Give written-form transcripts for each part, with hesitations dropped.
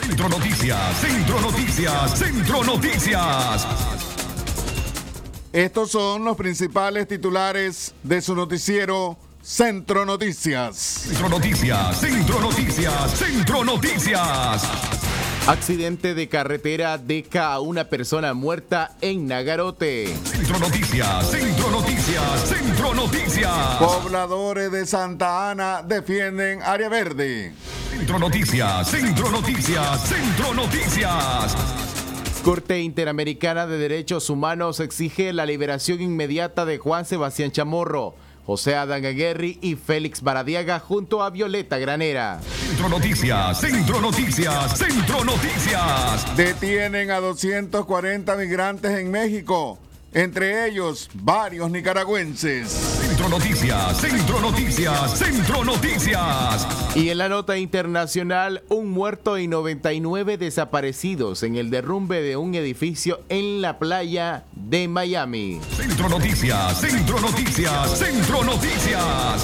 Centro Noticias, Centro Noticias, Centro Noticias. Estos son los principales titulares de su noticiero Centro Noticias. Centro Noticias, Centro Noticias, Centro Noticias. Accidente de carretera deja a una persona muerta en Nagarote. Centro Noticias, Centro Noticias, Centro Noticias. Pobladores de Santa Ana defienden área verde. Centro Noticias, Centro Noticias, Centro Noticias. Corte Interamericana de Derechos Humanos exige la liberación inmediata de Juan Sebastián Chamorro, José Adán Aguirre y Félix Baradiaga junto a Violeta Granera. Centro Noticias, Centro Noticias, Centro Noticias. Detienen a 240 migrantes en México, entre ellos varios nicaragüenses. Centro Noticias, Centro Noticias, Centro Noticias. Y en la nota internacional, un muerto y 99 desaparecidos en el derrumbe de un edificio en la playa de Miami. Centro Noticias, Centro Noticias, Centro Noticias.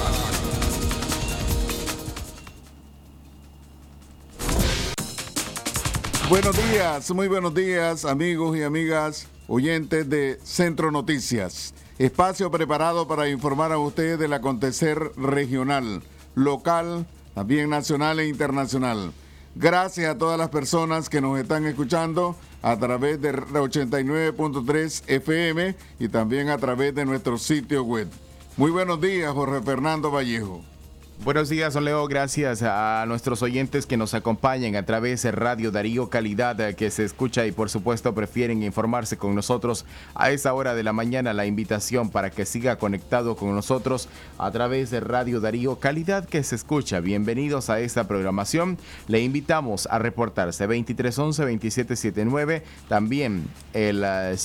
Buenos días, muy buenos días, amigos y amigas, oyentes de Centro Noticias. Espacio preparado para informar a ustedes del acontecer regional, local, también nacional e internacional. Gracias a todas las personas que nos están escuchando a través de 89.3 FM y también a través de nuestro sitio web. Muy buenos días, Jorge Fernando Vallejo. Buenos días, don Leo. Gracias a nuestros oyentes que nos acompañan a través de Radio Darío Calidad, que se escucha y por supuesto prefieren informarse con nosotros a esa hora de la mañana. La invitación para que siga conectado con nosotros a través de Radio Darío Calidad, que se escucha. Bienvenidos a esta programación. Le invitamos a reportarse 2311-2779, también el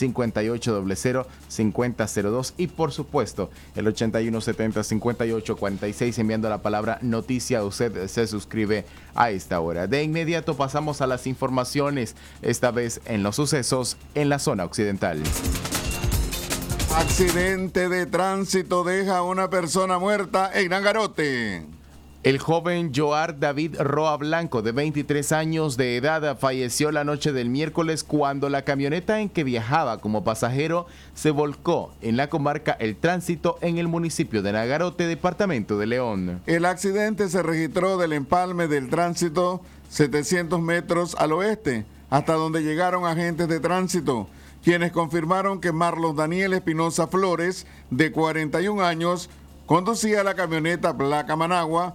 5800-5002 y por supuesto el 8170-5846 enviando la palabra noticia. Usted se suscribe a esta hora. De inmediato pasamos a las informaciones, esta vez en los sucesos en la zona occidental. Accidente de tránsito deja a una persona muerta en Nagarote. El joven Joar David Roa Blanco, de 23 años de edad, falleció la noche del miércoles cuando la camioneta en que viajaba como pasajero se volcó en la comarca El Tránsito en el municipio de Nagarote, departamento de León. El accidente se registró del empalme del Tránsito 700 metros al oeste, hasta donde llegaron agentes de tránsito, quienes confirmaron que Marlos Daniel Espinosa Flores, de 41 años, conducía la camioneta placa Managua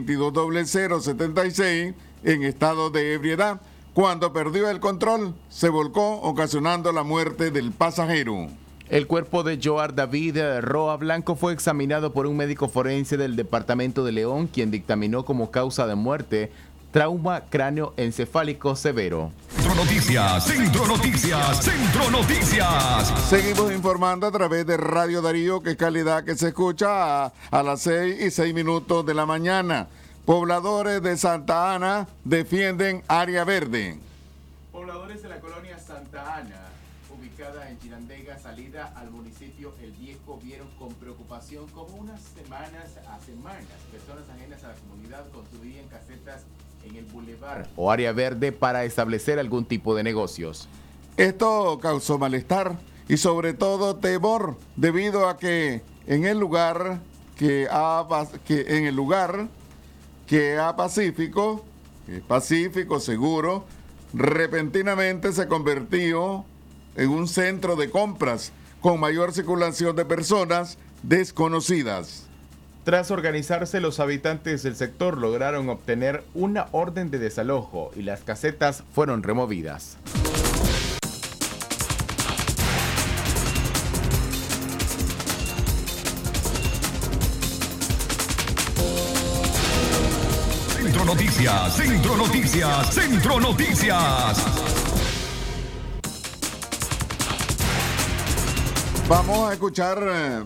220076 en estado de ebriedad. Cuando perdió el control, se volcó, ocasionando la muerte del pasajero. El cuerpo de Joar David Roa Blanco fue examinado por un médico forense del departamento de León, quien dictaminó como causa de muerte trauma cráneoencefálico severo. Centro Noticias, Centro Noticias, Centro Noticias. Seguimos informando a través de Radio Darío, que es calidad que se escucha a las 6:06 de la mañana. Pobladores de Santa Ana defienden área verde. Pobladores de la colonia Santa Ana, ubicada en Chirandega, salida al municipio El Viejo, vieron con preocupación como unas semanas personas ajenas a la comunidad construían casetas en el bulevar o área verde para establecer algún tipo de negocios. Esto causó malestar y sobre todo temor, debido a que en el lugar que pacífico, seguro, repentinamente se convirtió en un centro de compras con mayor circulación de personas desconocidas. Tras organizarse, los habitantes del sector lograron obtener una orden de desalojo y las casetas fueron removidas. Centro Noticias, Centro Noticias, Centro Noticias. Vamos a escuchar,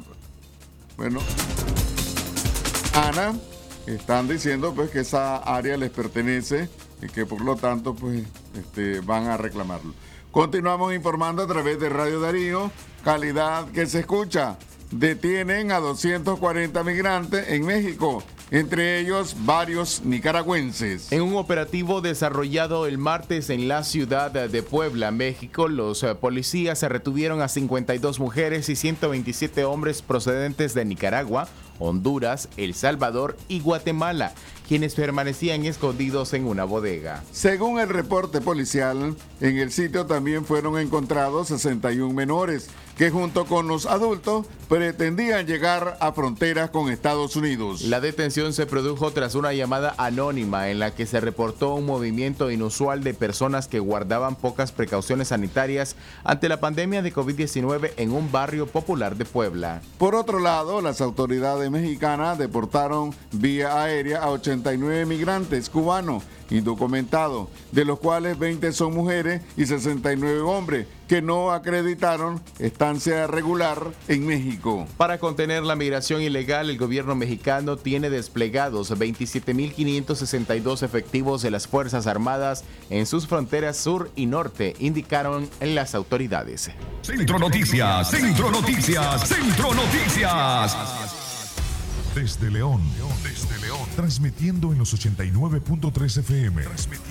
Ana, están diciendo pues que esa área les pertenece y que por lo tanto pues van a reclamarlo. Continuamos informando a través de Radio Darío, calidad que se escucha. Detienen a 240 migrantes en México, entre ellos varios nicaragüenses. En un operativo desarrollado el martes en la ciudad de Puebla, México, los policías retuvieron a 52 mujeres y 127 hombres procedentes de Nicaragua, Honduras, El Salvador y Guatemala, quienes permanecían escondidos en una bodega. Según el reporte policial, en el sitio también fueron encontrados 61 menores que junto con los adultos pretendían llegar a fronteras con Estados Unidos. La detención se produjo tras una llamada anónima en la que se reportó un movimiento inusual de personas que guardaban pocas precauciones sanitarias ante la pandemia de COVID-19 en un barrio popular de Puebla. Por otro lado, las autoridades mexicanas deportaron vía aérea a 89 migrantes cubanos indocumentados, de los cuales 20 son mujeres y 69 hombres que no acreditaron estancia regular en México. Para contener la migración ilegal, el gobierno mexicano tiene desplegados 27.562 efectivos de las Fuerzas Armadas en sus fronteras sur y norte, indicaron las autoridades. Centro Noticias, Centro Noticias, Centro Noticias. Desde León, transmitiendo en los 89.3 FM.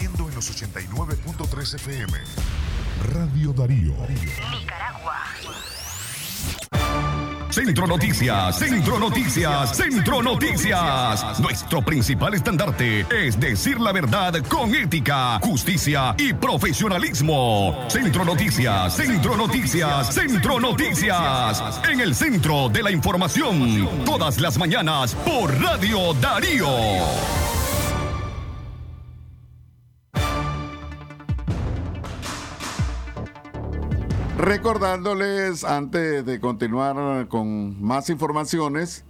Radio Darío. Nicaragua. Centro Noticias, Centro Noticias, Centro Noticias. Nuestro principal estandarte es decir la verdad con ética, justicia y profesionalismo. Centro Noticias, Centro Noticias, Centro Noticias. En el centro de la información, todas las mañanas por Radio Darío. Recordándoles, antes de continuar con más informaciones,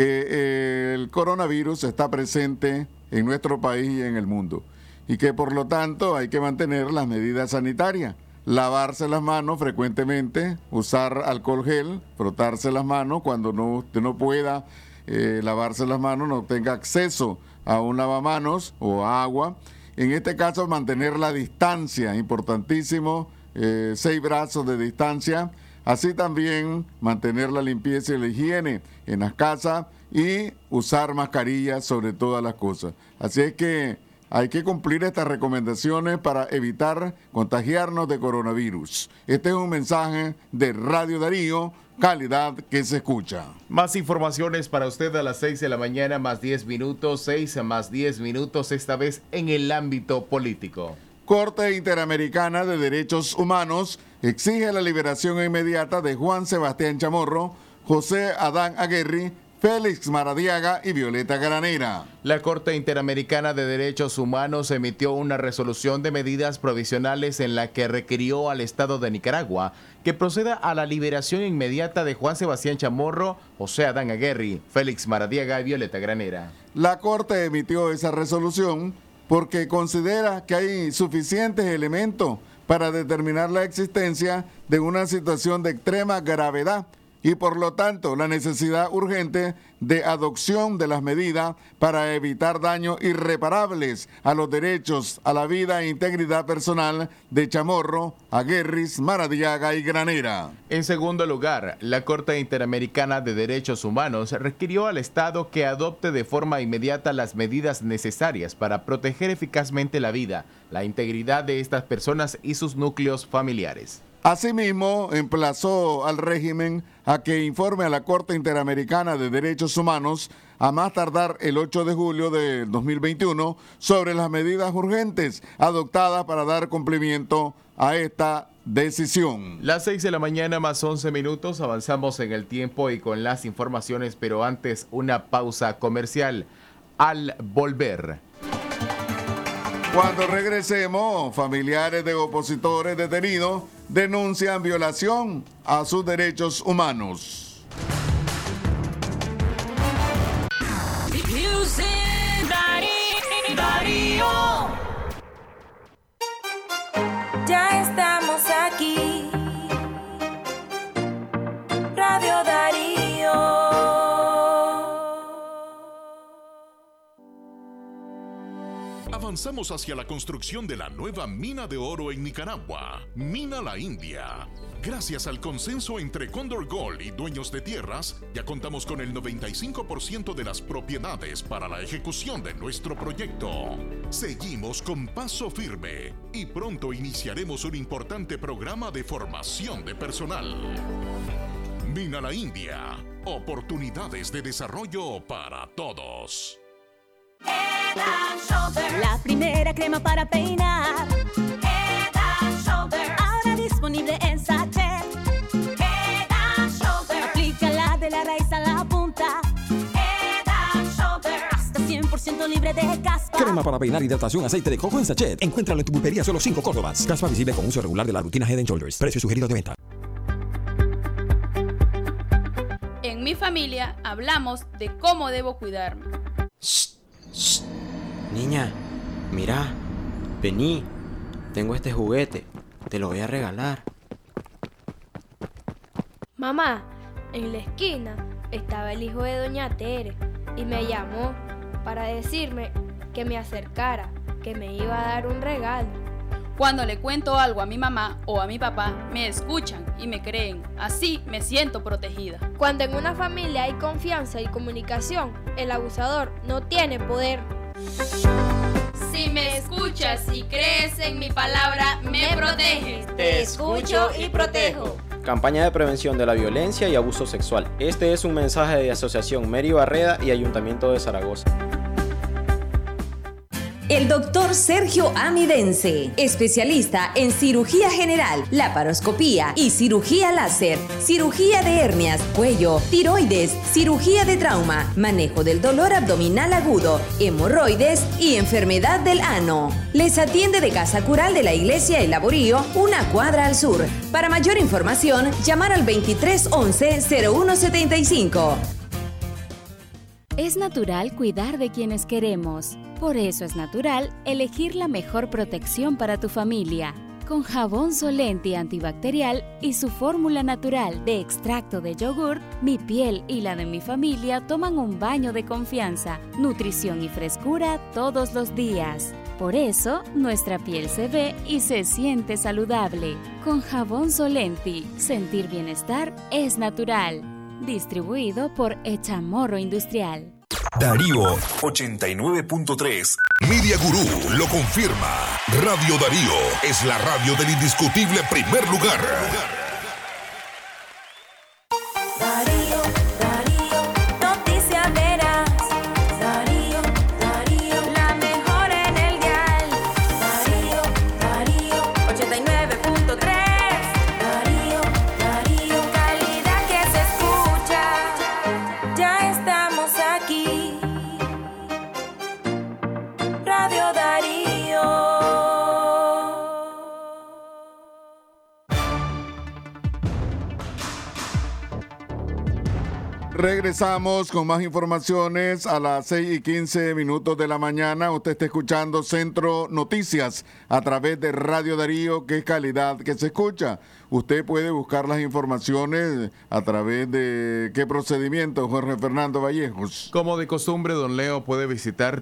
que el coronavirus está presente en nuestro país y en el mundo, y que por lo tanto hay que mantener las medidas sanitarias, lavarse las manos frecuentemente, usar alcohol gel, frotarse las manos cuando usted no pueda lavarse las manos, no tenga acceso a un lavamanos o a agua. En este caso, mantener la distancia, importantísimo. 6 brazos de distancia, así también mantener la limpieza y la higiene en las casas y usar mascarillas sobre todas las cosas. Así es que hay que cumplir estas recomendaciones para evitar contagiarnos de coronavirus. Este es un mensaje de Radio Darío, calidad que se escucha. Más informaciones para usted a las 6 de la mañana, más 10 minutos, 6 más 10 minutos, esta vez en el ámbito político. Corte Interamericana de Derechos Humanos exige la liberación inmediata de Juan Sebastián Chamorro, José Adán Aguirre, Félix Maradiaga y Violeta Granera. La Corte Interamericana de Derechos Humanos emitió una resolución de medidas provisionales en la que requirió al Estado de Nicaragua que proceda a la liberación inmediata de Juan Sebastián Chamorro, José Adán Aguirre, Félix Maradiaga y Violeta Granera. La Corte emitió esa resolución porque considera que hay suficientes elementos para determinar la existencia de una situación de extrema gravedad y por lo tanto la necesidad urgente de adopción de las medidas para evitar daños irreparables a los derechos a la vida e integridad personal de Chamorro, Aguirre, Maradiaga y Granera. En segundo lugar, la Corte Interamericana de Derechos Humanos requirió al Estado que adopte de forma inmediata las medidas necesarias para proteger eficazmente la vida, la integridad de estas personas y sus núcleos familiares. Asimismo, emplazó al régimen a que informe a la Corte Interamericana de Derechos Humanos a más tardar el 8 de julio de 2021 sobre las medidas urgentes adoptadas para dar cumplimiento a esta decisión. Las 6 de la mañana más 11 minutos, avanzamos en el tiempo y con las informaciones, pero antes una pausa comercial. Al volver. Cuando regresemos, familiares de opositores detenidos denuncian violación a sus derechos humanos. Ya estamos aquí. Radio Darío. Avanzamos hacia la construcción de la nueva mina de oro en Nicaragua, Mina La India. Gracias al consenso entre Condor Gold y dueños de tierras, ya contamos con el 95% de las propiedades para la ejecución de nuestro proyecto. Seguimos con paso firme y pronto iniciaremos un importante programa de formación de personal. Mina La India, oportunidades de desarrollo para todos. Head and Shoulders. La primera crema para peinar. Head and Shoulders. Ahora disponible en sachet. Head and Shoulders. Aplícala de la raíz a la punta. Head and Shoulders. Hasta 100% libre de caspa. Crema para peinar, hidratación, aceite de coco en sachet. Encuéntralo en tu pulpería Solo 5 Córdobas. Caspa visible con uso regular de la rutina Head & Shoulders. Precio sugerido de venta. En mi familia hablamos de cómo debo cuidarme. Shh, shh. Niña, mira, vení, tengo este juguete, te lo voy a regalar. Mamá, en la esquina estaba el hijo de doña Tere y me llamó para decirme que me acercara, que me iba a dar un regalo. Cuando le cuento algo a mi mamá o a mi papá, me escuchan y me creen. Así me siento protegida. Cuando en una familia hay confianza y comunicación, el abusador no tiene poder. Si me escuchas y crees en mi palabra, me proteges. Te escucho y protejo. Campaña de prevención de la violencia y abuso sexual. Este es un mensaje de Asociación Mary Barreda y Ayuntamiento de Zaragoza. El doctor Sergio Amidense, especialista en cirugía general, laparoscopía y cirugía láser, cirugía de hernias, cuello, tiroides, cirugía de trauma, manejo del dolor abdominal agudo, hemorroides y enfermedad del ano. Les atiende de Casa Cural de la Iglesia El Laborío, una cuadra al sur. Para mayor información, llamar al 2311-0175. Es natural cuidar de quienes queremos. Por eso es natural elegir la mejor protección para tu familia. Con jabón Solenti antibacterial y su fórmula natural de extracto de yogur, mi piel y la de mi familia toman un baño de confianza, nutrición y frescura todos los días. Por eso, nuestra piel se ve y se siente saludable. Con jabón Solenti, sentir bienestar es natural. Distribuido por Echamorro Industrial. Darío 89.3. Media Gurú lo confirma. Radio Darío es la radio del indiscutible primer lugar. Darío, noticias veras. Darío, la mejor en el dial. Darío, 89.3. Darío, calidad que se escucha. Ya estamos aquí. Radio Darío. Regresamos con más informaciones a las 6:15 de la mañana. Usted está escuchando Centro Noticias a través de Radio Darío, que es calidad que se escucha. Usted puede buscar las informaciones a través de ¿qué procedimiento, Jorge Fernando Vallejos? Como de costumbre, don Leo puede visitar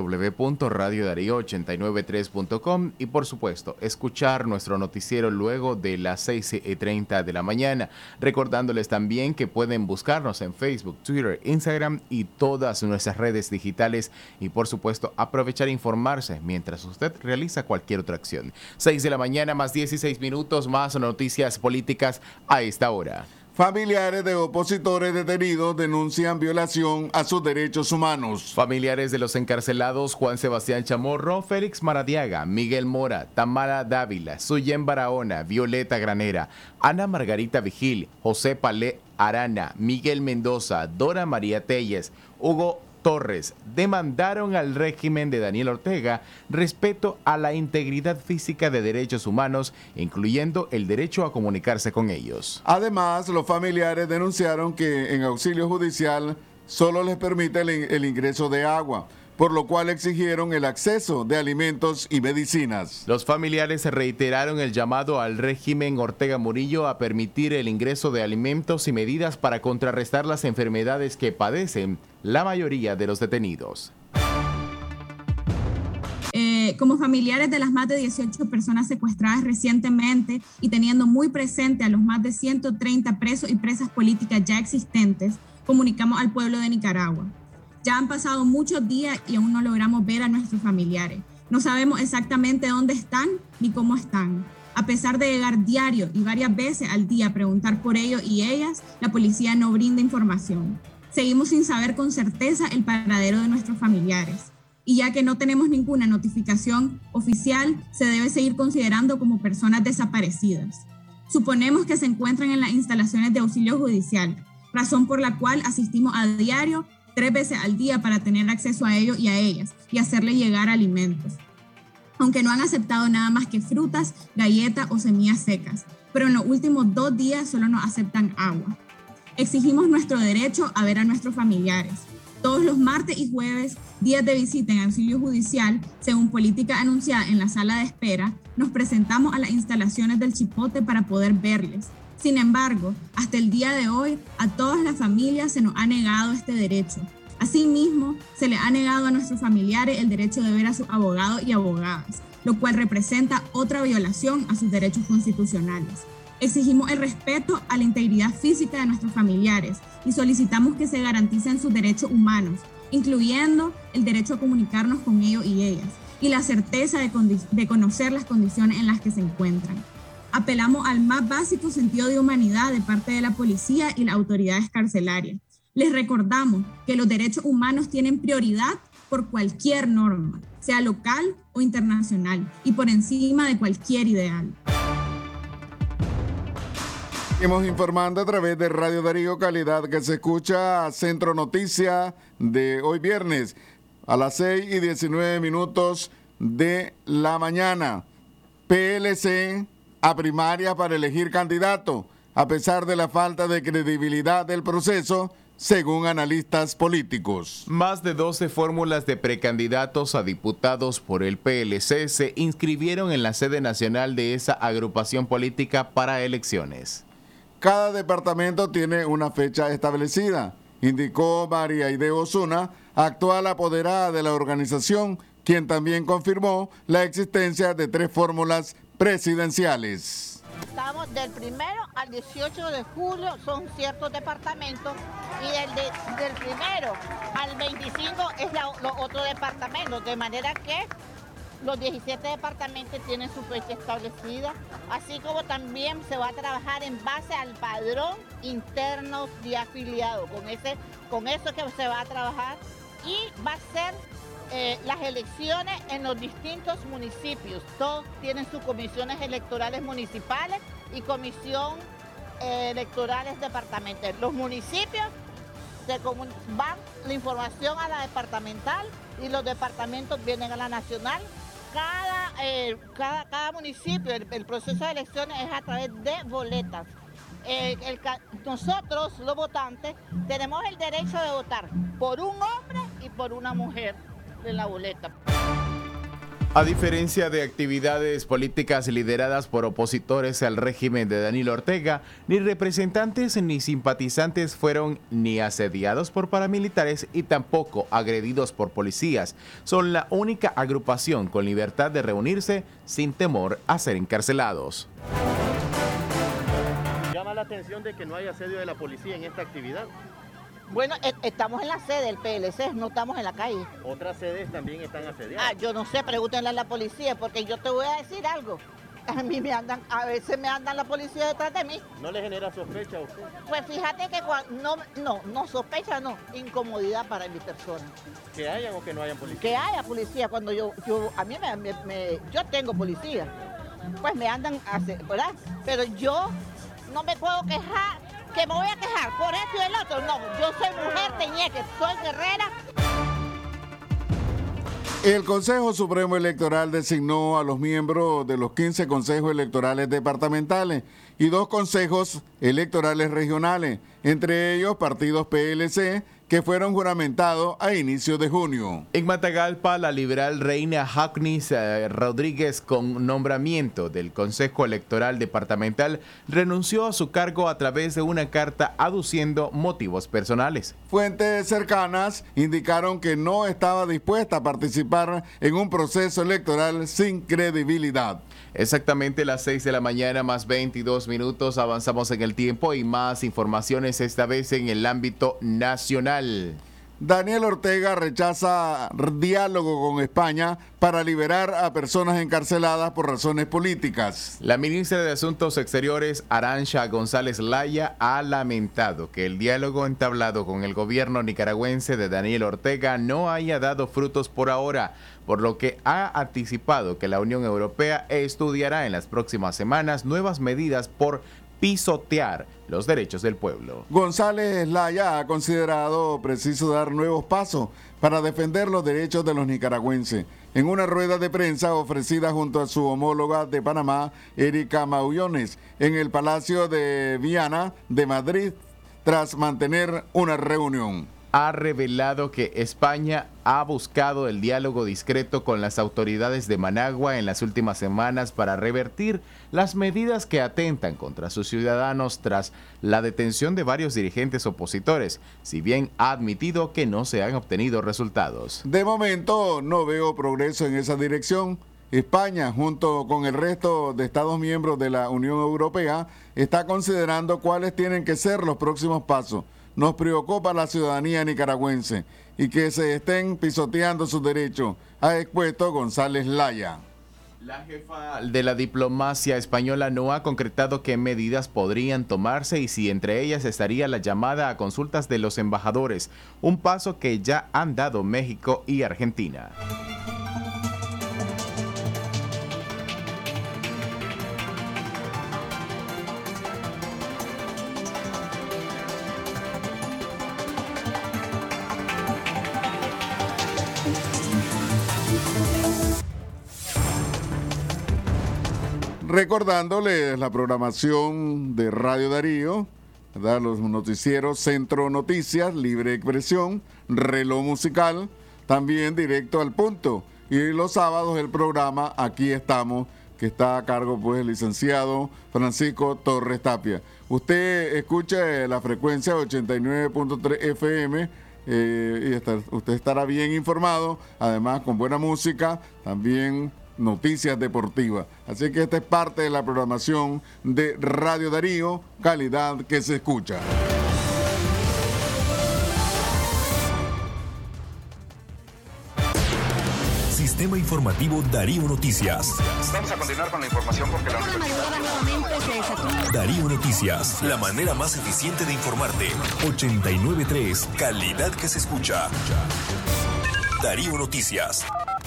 www.radiodarío893.com y, por supuesto, escuchar nuestro noticiero luego de las 6:30 de la mañana. Recordándoles también que pueden buscarnos en Facebook, Twitter, Instagram y todas nuestras redes digitales y, por supuesto, aprovechar e informarse mientras usted realiza cualquier otra acción. 6 de la mañana más 16 minutos, más noticias políticas a esta hora. Familiares de opositores detenidos denuncian violación a sus derechos humanos. Familiares de los encarcelados Juan Sebastián Chamorro, Félix Maradiaga, Miguel Mora, Tamara Dávila, Suyen Barahona, Violeta Granera, Ana Margarita Vigil, José Palé Arana, Miguel Mendoza, Dora María Telles, Hugo Torres demandaron al régimen de Daniel Ortega respeto a la integridad física de derechos humanos, incluyendo el derecho a comunicarse con ellos. Además, los familiares denunciaron que en auxilio judicial solo les permite el ingreso de agua, por lo cual exigieron el acceso de alimentos y medicinas. Los familiares reiteraron el llamado al régimen Ortega Murillo a permitir el ingreso de alimentos y medidas para contrarrestar las enfermedades que padecen la mayoría de los detenidos. Como familiares de las más de 18 personas secuestradas recientemente y teniendo muy presente a los más de 130 presos y presas políticas ya existentes, comunicamos al pueblo de Nicaragua. Ya han pasado muchos días y aún no logramos ver a nuestros familiares. No sabemos exactamente dónde están ni cómo están. A pesar de llegar diario y varias veces al día a preguntar por ellos y ellas, la policía no brinda información. Seguimos sin saber con certeza el paradero de nuestros familiares. Y ya que no tenemos ninguna notificación oficial, se debe seguir considerando como personas desaparecidas. Suponemos que se encuentran en las instalaciones de auxilio judicial, razón por la cual asistimos a diario 3 veces al día para tener acceso a ellos y a ellas y hacerles llegar alimentos. Aunque no han aceptado nada más que frutas, galletas o semillas secas, pero en los últimos 2 días solo nos aceptan agua. Exigimos nuestro derecho a ver a nuestros familiares. Todos los martes y jueves, días de visita en auxilio judicial, según política anunciada en la sala de espera, nos presentamos a las instalaciones del Chipote para poder verles. Sin embargo, hasta el día de hoy, a todas las familias se nos ha negado este derecho. Asimismo, se le ha negado a nuestros familiares el derecho de ver a sus abogados y abogadas, lo cual representa otra violación a sus derechos constitucionales. Exigimos el respeto a la integridad física de nuestros familiares y solicitamos que se garanticen sus derechos humanos, incluyendo el derecho a comunicarnos con ellos y ellas, y la certeza de conocer las condiciones en las que se encuentran. Apelamos al más básico sentido de humanidad de parte de la policía y las autoridades carcelarias. Les recordamos que los derechos humanos tienen prioridad por cualquier norma, sea local o internacional, y por encima de cualquier ideal. Seguimos informando a través de Radio Darío, calidad que se escucha a Centro Noticias de hoy viernes a las 6:19 de la mañana. PLC a primaria para elegir candidato, a pesar de la falta de credibilidad del proceso, según analistas políticos. Más de 12 fórmulas de precandidatos a diputados por el PLC se inscribieron en la sede nacional de esa agrupación política para elecciones. Cada departamento tiene una fecha establecida, indicó María Aide Osuna, actual apoderada de la organización, quien también confirmó la existencia de 3 fórmulas presidenciales. Estamos del 1 al 18 de julio, son ciertos departamentos, y del 1 al 25 es los otros departamentos, de manera que los 17 departamentos tienen su fecha establecida, así como también se va a trabajar en base al padrón interno de afiliados. Con eso que se va a trabajar, y va a ser las elecciones en los distintos municipios. Todos tienen sus comisiones electorales municipales y comisión electorales departamentales. Los municipios van la información a la departamental y los departamentos vienen a la nacional. Cada municipio, el proceso de elecciones es a través de boletas. Nosotros, los votantes, tenemos el derecho de votar por un hombre y por una mujer en la boleta. A diferencia de actividades políticas lideradas por opositores al régimen de Daniel Ortega, ni representantes ni simpatizantes fueron ni asediados por paramilitares y tampoco agredidos por policías. Son la única agrupación con libertad de reunirse sin temor a ser encarcelados. Llama la atención de que no haya asedio de la policía en esta actividad. Bueno, estamos en la sede del PLC, no estamos en la calle. ¿Otras sedes también están asediadas? Yo no sé, pregúntenle a la policía, porque yo te voy a decir algo. A veces me andan la policía detrás de mí. ¿No le genera sospecha a usted? Pues fíjate que no sospecha, no, incomodidad para mi persona. ¿Que hayan o que no hayan policía? Que haya policía, cuando yo tengo policía, pues me andan, ¿verdad? Pero yo no me puedo quejar, que me voy a quejar por esto y el otro. No, yo soy mujer teñeque, soy guerrera. El Consejo Supremo Electoral designó a los miembros de los 15 consejos electorales departamentales y 2 consejos electorales regionales, entre ellos partidos PLC, que fueron juramentados a inicios de junio. En Matagalpa, la liberal Reina Jacnis Rodríguez, con nombramiento del Consejo Electoral Departamental, renunció a su cargo a través de una carta aduciendo motivos personales. Fuentes cercanas indicaron que no estaba dispuesta a participar en un proceso electoral sin credibilidad. Exactamente las 6 de la mañana más 22 minutos, avanzamos en el tiempo y más informaciones esta vez en el ámbito nacional. Daniel Ortega rechaza diálogo con España para liberar a personas encarceladas por razones políticas. La ministra de Asuntos Exteriores, Arantxa González Laya, ha lamentado que el diálogo entablado con el gobierno nicaragüense de Daniel Ortega no haya dado frutos por ahora, por lo que ha anticipado que la Unión Europea estudiará en las próximas semanas nuevas medidas por pisotear los derechos del pueblo. González Laya ha considerado preciso dar nuevos pasos para defender los derechos de los nicaragüenses. En una rueda de prensa ofrecida junto a su homóloga de Panamá, Erika Maullones, en el Palacio de Viana de Madrid, tras mantener una reunión. Ha revelado que España ha buscado el diálogo discreto con las autoridades de Managua en las últimas semanas para revertir las medidas que atentan contra sus ciudadanos tras la detención de varios dirigentes opositores, si bien ha admitido que no se han obtenido resultados. De momento no veo progreso en esa dirección. España, junto con el resto de Estados miembros de la Unión Europea, está considerando cuáles tienen que ser los próximos pasos. Nos preocupa la ciudadanía nicaragüense y que se estén pisoteando sus derechos, ha expuesto González Laya. La jefa de la diplomacia española no ha concretado qué medidas podrían tomarse y si entre ellas estaría la llamada a consultas de los embajadores, un paso que ya han dado México y Argentina. Recordándoles la programación de Radio Darío, ¿verdad? Los noticieros Centro Noticias, Libre Expresión, Reloj Musical, también Directo al Punto. Y los sábados el programa Aquí Estamos, que está a cargo pues el licenciado Francisco Torres Tapia. Usted escucha la frecuencia 89.3 FM y usted estará bien informado, además con buena música, también noticias deportivas. Así que esta es parte de la programación de Radio Darío, calidad que se escucha. Sistema Informativo Darío Noticias. Vamos a continuar con la información porque la Darío Noticias, la manera más eficiente de informarte. 89.3, calidad que se escucha. Darío Noticias.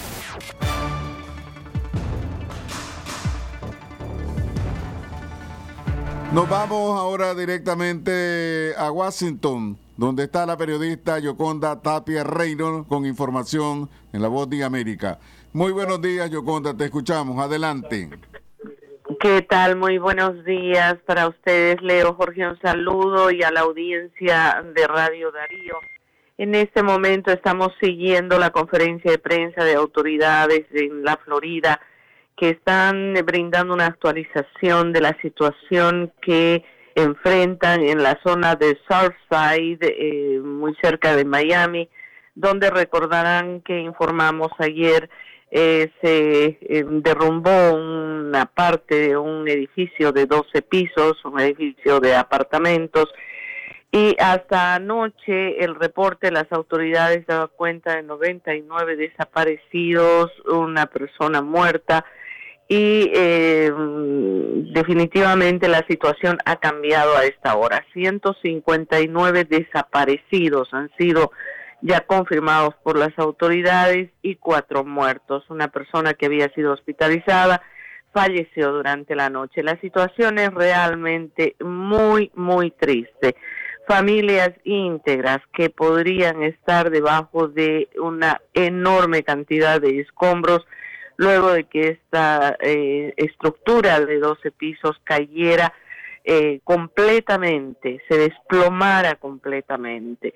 Nos vamos ahora directamente a Washington, donde está la periodista Yoconda Tapia Reynolds con información en La Voz de América. Muy buenos días, Yoconda, te escuchamos. Adelante. ¿Qué tal? Muy buenos días para ustedes, Leo, Jorge, un saludo y a la audiencia de Radio Darío. En este momento estamos siguiendo la conferencia de prensa de autoridades en la Florida que están brindando una actualización de la situación que enfrentan en la zona de Surfside, muy cerca de Miami, donde recordarán que informamos ayer se derrumbó una parte de un edificio de 12 pisos, un edificio de apartamentos, y hasta anoche el reporte de las autoridades daba cuenta de 99 desaparecidos, una persona muerta, y definitivamente la situación ha cambiado a esta hora. 159 desaparecidos han sido ya confirmados por las autoridades y 4 muertos. Una persona que había sido hospitalizada falleció durante la noche. La situación es realmente muy, muy triste. Familias íntegras que podrían estar debajo de una enorme cantidad de escombros luego de que esta estructura de 12 pisos cayera completamente, se desplomara completamente.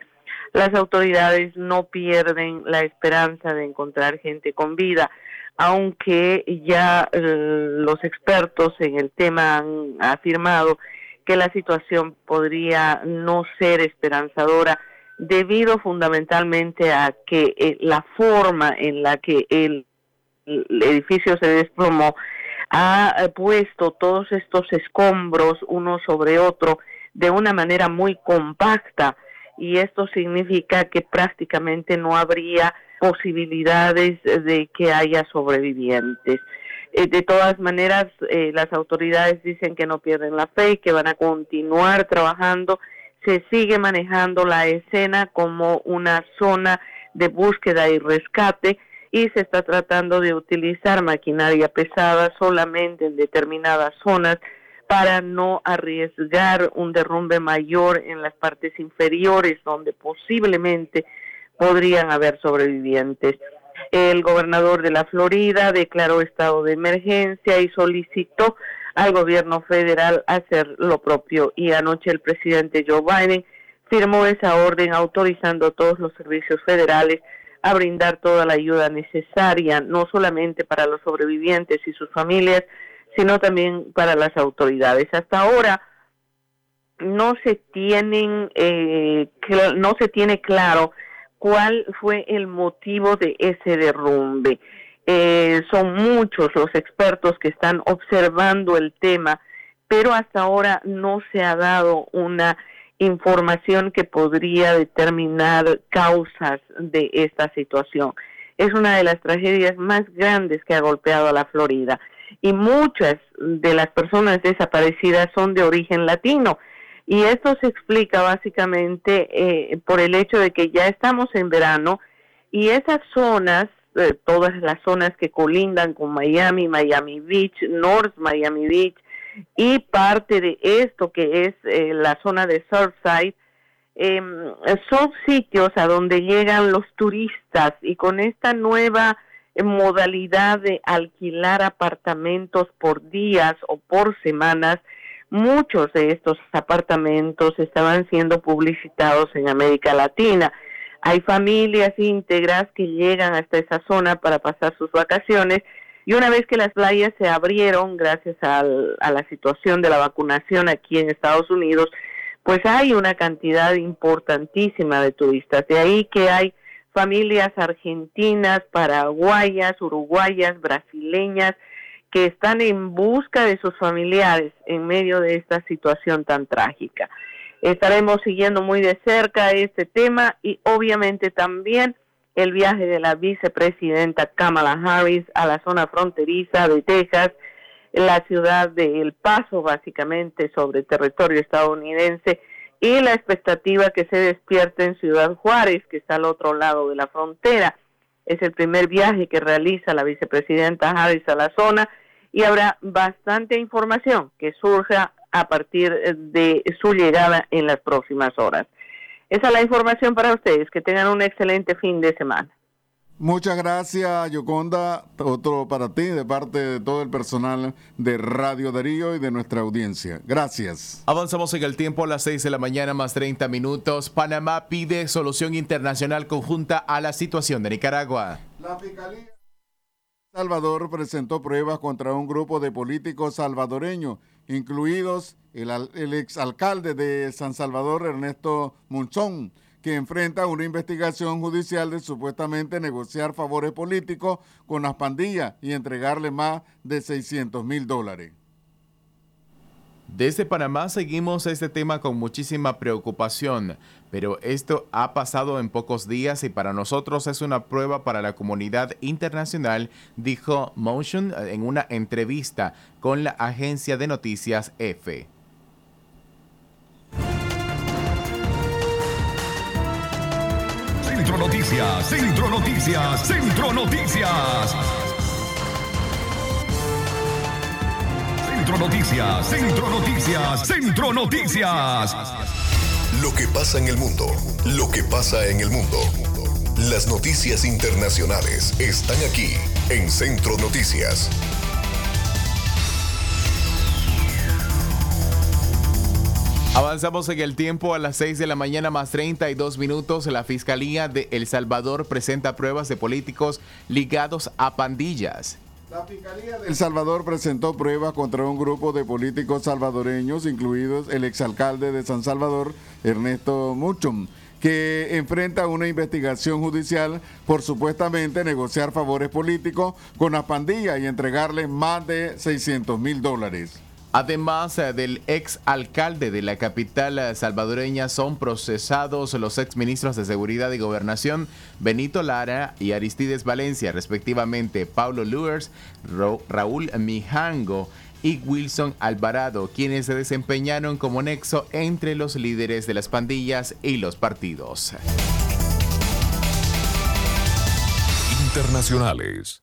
las autoridades no pierden la esperanza de encontrar gente con vida, aunque ya los expertos en el tema han afirmado que la situación podría no ser esperanzadora debido fundamentalmente a que la forma en la que el edificio se desplomó ha puesto todos estos escombros uno sobre otro de una manera muy compacta, y esto significa que prácticamente no habría posibilidades de que haya sobrevivientes. De todas maneras, las autoridades dicen que no pierden la fe y que van a continuar trabajando. Se sigue manejando la escena como una zona de búsqueda y rescate, y se está tratando de utilizar maquinaria pesada solamente en determinadas zonas para no arriesgar un derrumbe mayor en las partes inferiores donde posiblemente podrían haber sobrevivientes. El gobernador de la Florida declaró estado de emergencia y solicitó al gobierno federal hacer lo propio, y anoche el presidente Joe Biden firmó esa orden autorizando a todos los servicios federales a brindar toda la ayuda necesaria, no solamente para los sobrevivientes y sus familias, sino también para las autoridades. Hasta ahora no se tiene claro cuál fue el motivo de ese derrumbe. Son muchos los expertos que están observando el tema, pero hasta ahora no se ha dado una información que podría determinar causas de esta situación. Es una de las tragedias más grandes que ha golpeado a la Florida, y muchas de las personas desaparecidas son de origen latino, y esto se explica básicamente por el hecho de que ya estamos en verano, y esas zonas, todas las zonas que colindan con Miami, Miami Beach, North Miami Beach, y parte de esto que es la zona de Surfside, son sitios a donde llegan los turistas, y con esta nueva modalidad de alquilar apartamentos por días o por semanas, muchos de estos apartamentos estaban siendo publicitados en América Latina. Hay familias íntegras que llegan hasta esa zona para pasar sus vacaciones, y una vez que las playas se abrieron gracias a la situación de la vacunación aquí en Estados Unidos, pues hay una cantidad importantísima de turistas. De ahí que hay familias argentinas, paraguayas, uruguayas, brasileñas, que están en busca de sus familiares en medio de esta situación tan trágica. Estaremos siguiendo muy de cerca este tema, y obviamente también el viaje de la vicepresidenta Kamala Harris a la zona fronteriza de Texas, la ciudad de El Paso, básicamente sobre territorio estadounidense, y la expectativa que se despierte en Ciudad Juárez, que está al otro lado de la frontera. Es el primer viaje que realiza la vicepresidenta Harris a la zona, y habrá bastante información que surja a partir de su llegada en las próximas horas. Esa es la información para ustedes. Que tengan un excelente fin de semana. Muchas gracias, Yoconda. Otro para ti de parte de todo el personal de Radio Darío y de nuestra audiencia. Gracias. Avanzamos en el tiempo a las 6 de la mañana más 30 minutos. Panamá pide solución internacional conjunta a la situación de Nicaragua. La Fiscalía de Salvador presentó pruebas contra un grupo de políticos salvadoreños, incluidos el exalcalde de San Salvador, Ernesto Monzón, que enfrenta una investigación judicial de supuestamente negociar favores políticos con las pandillas y entregarle más de $600,000. Desde Panamá seguimos este tema con muchísima preocupación, pero esto ha pasado en pocos días y para nosotros es una prueba para la comunidad internacional, dijo Monzón en una entrevista con la agencia de noticias EFE. Centro Noticias, Centro Noticias, Centro Noticias. Centro Noticias, Centro Noticias, Centro Noticias. Lo que pasa en el mundo, lo que pasa en el mundo. Las noticias internacionales están aquí en Centro Noticias. Avanzamos en el tiempo a las 6 de la mañana más 32 minutos. La Fiscalía de El Salvador presenta pruebas de políticos ligados a pandillas. La Fiscalía de El Salvador presentó pruebas contra un grupo de políticos salvadoreños, incluidos el exalcalde de San Salvador, Ernesto Muchom, que enfrenta una investigación judicial por supuestamente negociar favores políticos con las pandillas y entregarles más de $600,000. Además del ex alcalde de la capital salvadoreña, son procesados los ex ministros de Seguridad y Gobernación Benito Lara y Aristides Valencia, respectivamente Paulo Luers, Raúl Mijango y Wilson Alvarado, quienes se desempeñaron como nexo entre los líderes de las pandillas y los partidos. Internacionales.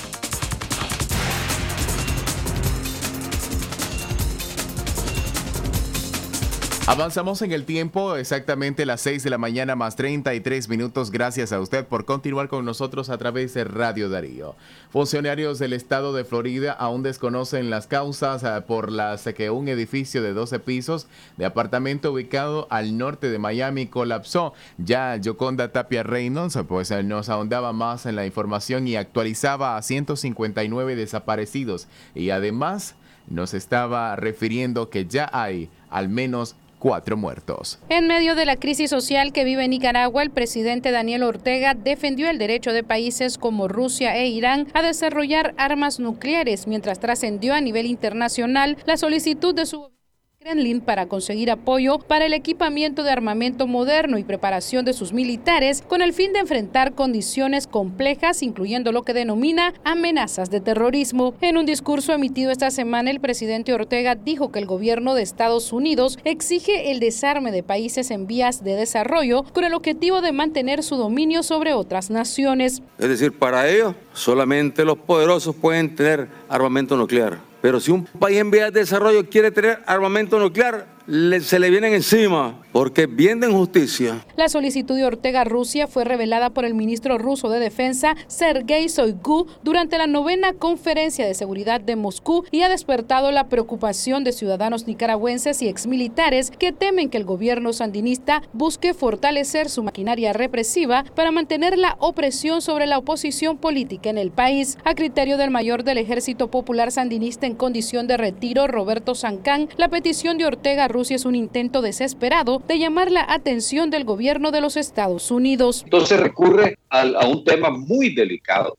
Avanzamos en el tiempo, exactamente las 6 de la mañana más 33 minutos. Gracias a usted por continuar con nosotros a través de Radio Darío. Funcionarios del estado de Florida aún desconocen las causas por las que un edificio de 12 pisos de apartamento ubicado al norte de Miami colapsó. Ya Yoconda Tapia Reynolds pues nos ahondaba más en la información y actualizaba a 159 desaparecidos. Y además nos estaba refiriendo que ya hay al menos 4 muertos. En medio de la crisis social que vive Nicaragua, el presidente Daniel Ortega defendió el derecho de países como Rusia e Irán a desarrollar armas nucleares, mientras trascendió a nivel internacional la solicitud de su Kremlin para conseguir apoyo para el equipamiento de armamento moderno y preparación de sus militares con el fin de enfrentar condiciones complejas, incluyendo lo que denomina amenazas de terrorismo. En un discurso emitido esta semana, el presidente Ortega dijo que el gobierno de Estados Unidos exige el desarme de países en vías de desarrollo con el objetivo de mantener su dominio sobre otras naciones. Es decir, para ello solamente los poderosos pueden tener armamento nuclear. Pero si un país en vías de desarrollo quiere tener armamento nuclear, se le vienen encima, porque es bien de injusticia. La solicitud de Ortega a Rusia fue revelada por el ministro ruso de Defensa, Sergei Shoigu, durante la 9ª Conferencia de Seguridad de Moscú y ha despertado la preocupación de ciudadanos nicaragüenses y exmilitares que temen que el gobierno sandinista busque fortalecer su maquinaria represiva para mantener la opresión sobre la oposición política en el país. A criterio del mayor del Ejército Popular Sandinista en condición de retiro, Roberto Sancán, la petición de Ortega a Rusia es un intento desesperado de llamar la atención del gobierno de los Estados Unidos. Entonces recurre a un tema muy delicado,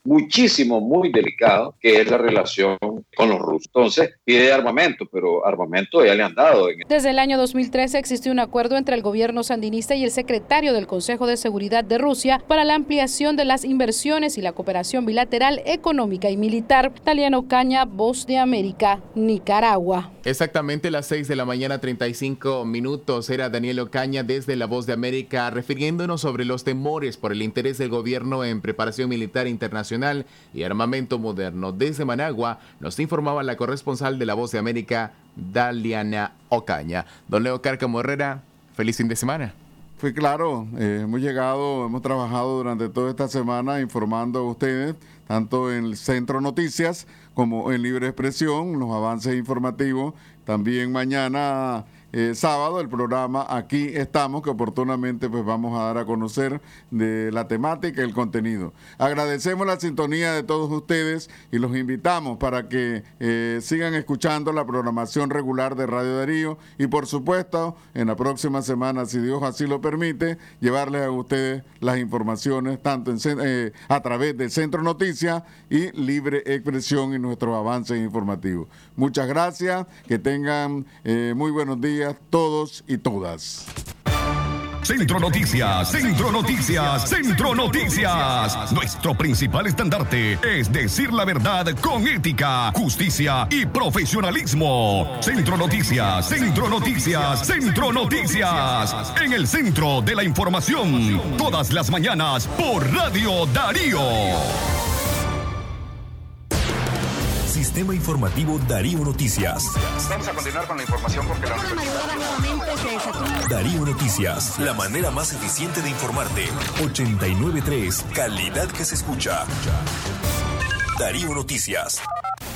muy delicado, que es la relación con los rusos. Entonces pide armamento, pero armamento ya le han dado. Desde el año 2013 existió un acuerdo entre el gobierno sandinista y el secretario del Consejo de Seguridad de Rusia para la ampliación de las inversiones y la cooperación bilateral económica y militar. Taliano Caña, Voz de América, Nicaragua. Exactamente las 6 de la mañana 35 minutos. Era Daniel Ocaña desde La Voz de América refiriéndonos sobre los temores por el interés del gobierno en preparación militar internacional y armamento moderno. Desde Managua nos informaba la corresponsal de La Voz de América, Daliana Ocaña. Don Leo Cárcamo Herrera, feliz fin de semana. Fue claro, hemos trabajado durante toda esta semana informando a ustedes, tanto en el Centro Noticias como en Libre Expresión, los avances informativos. También mañana, sábado, el programa Aquí Estamos, que oportunamente pues vamos a dar a conocer de la temática y el contenido. Agradecemos la sintonía de todos ustedes y los invitamos para que sigan escuchando la programación regular de Radio Darío y por supuesto en la próxima semana, si Dios así lo permite, llevarles a ustedes las informaciones tanto a través de Centro Noticias y Libre Expresión y nuestros avances informativos. Muchas gracias, que tengan muy buenos días todos y todas. Centro Noticias, Centro Noticias, Centro Noticias. Nuestro principal estandarte es decir la verdad con ética, justicia y profesionalismo. Centro Noticias, Centro Noticias, Centro Noticias. En el centro de la información, todas las mañanas por Radio Darío. Sistema Informativo Darío Noticias. Vamos a continuar con la información porque la Darío Noticias, la manera más eficiente de informarte. 89.3, calidad que se escucha. Darío Noticias.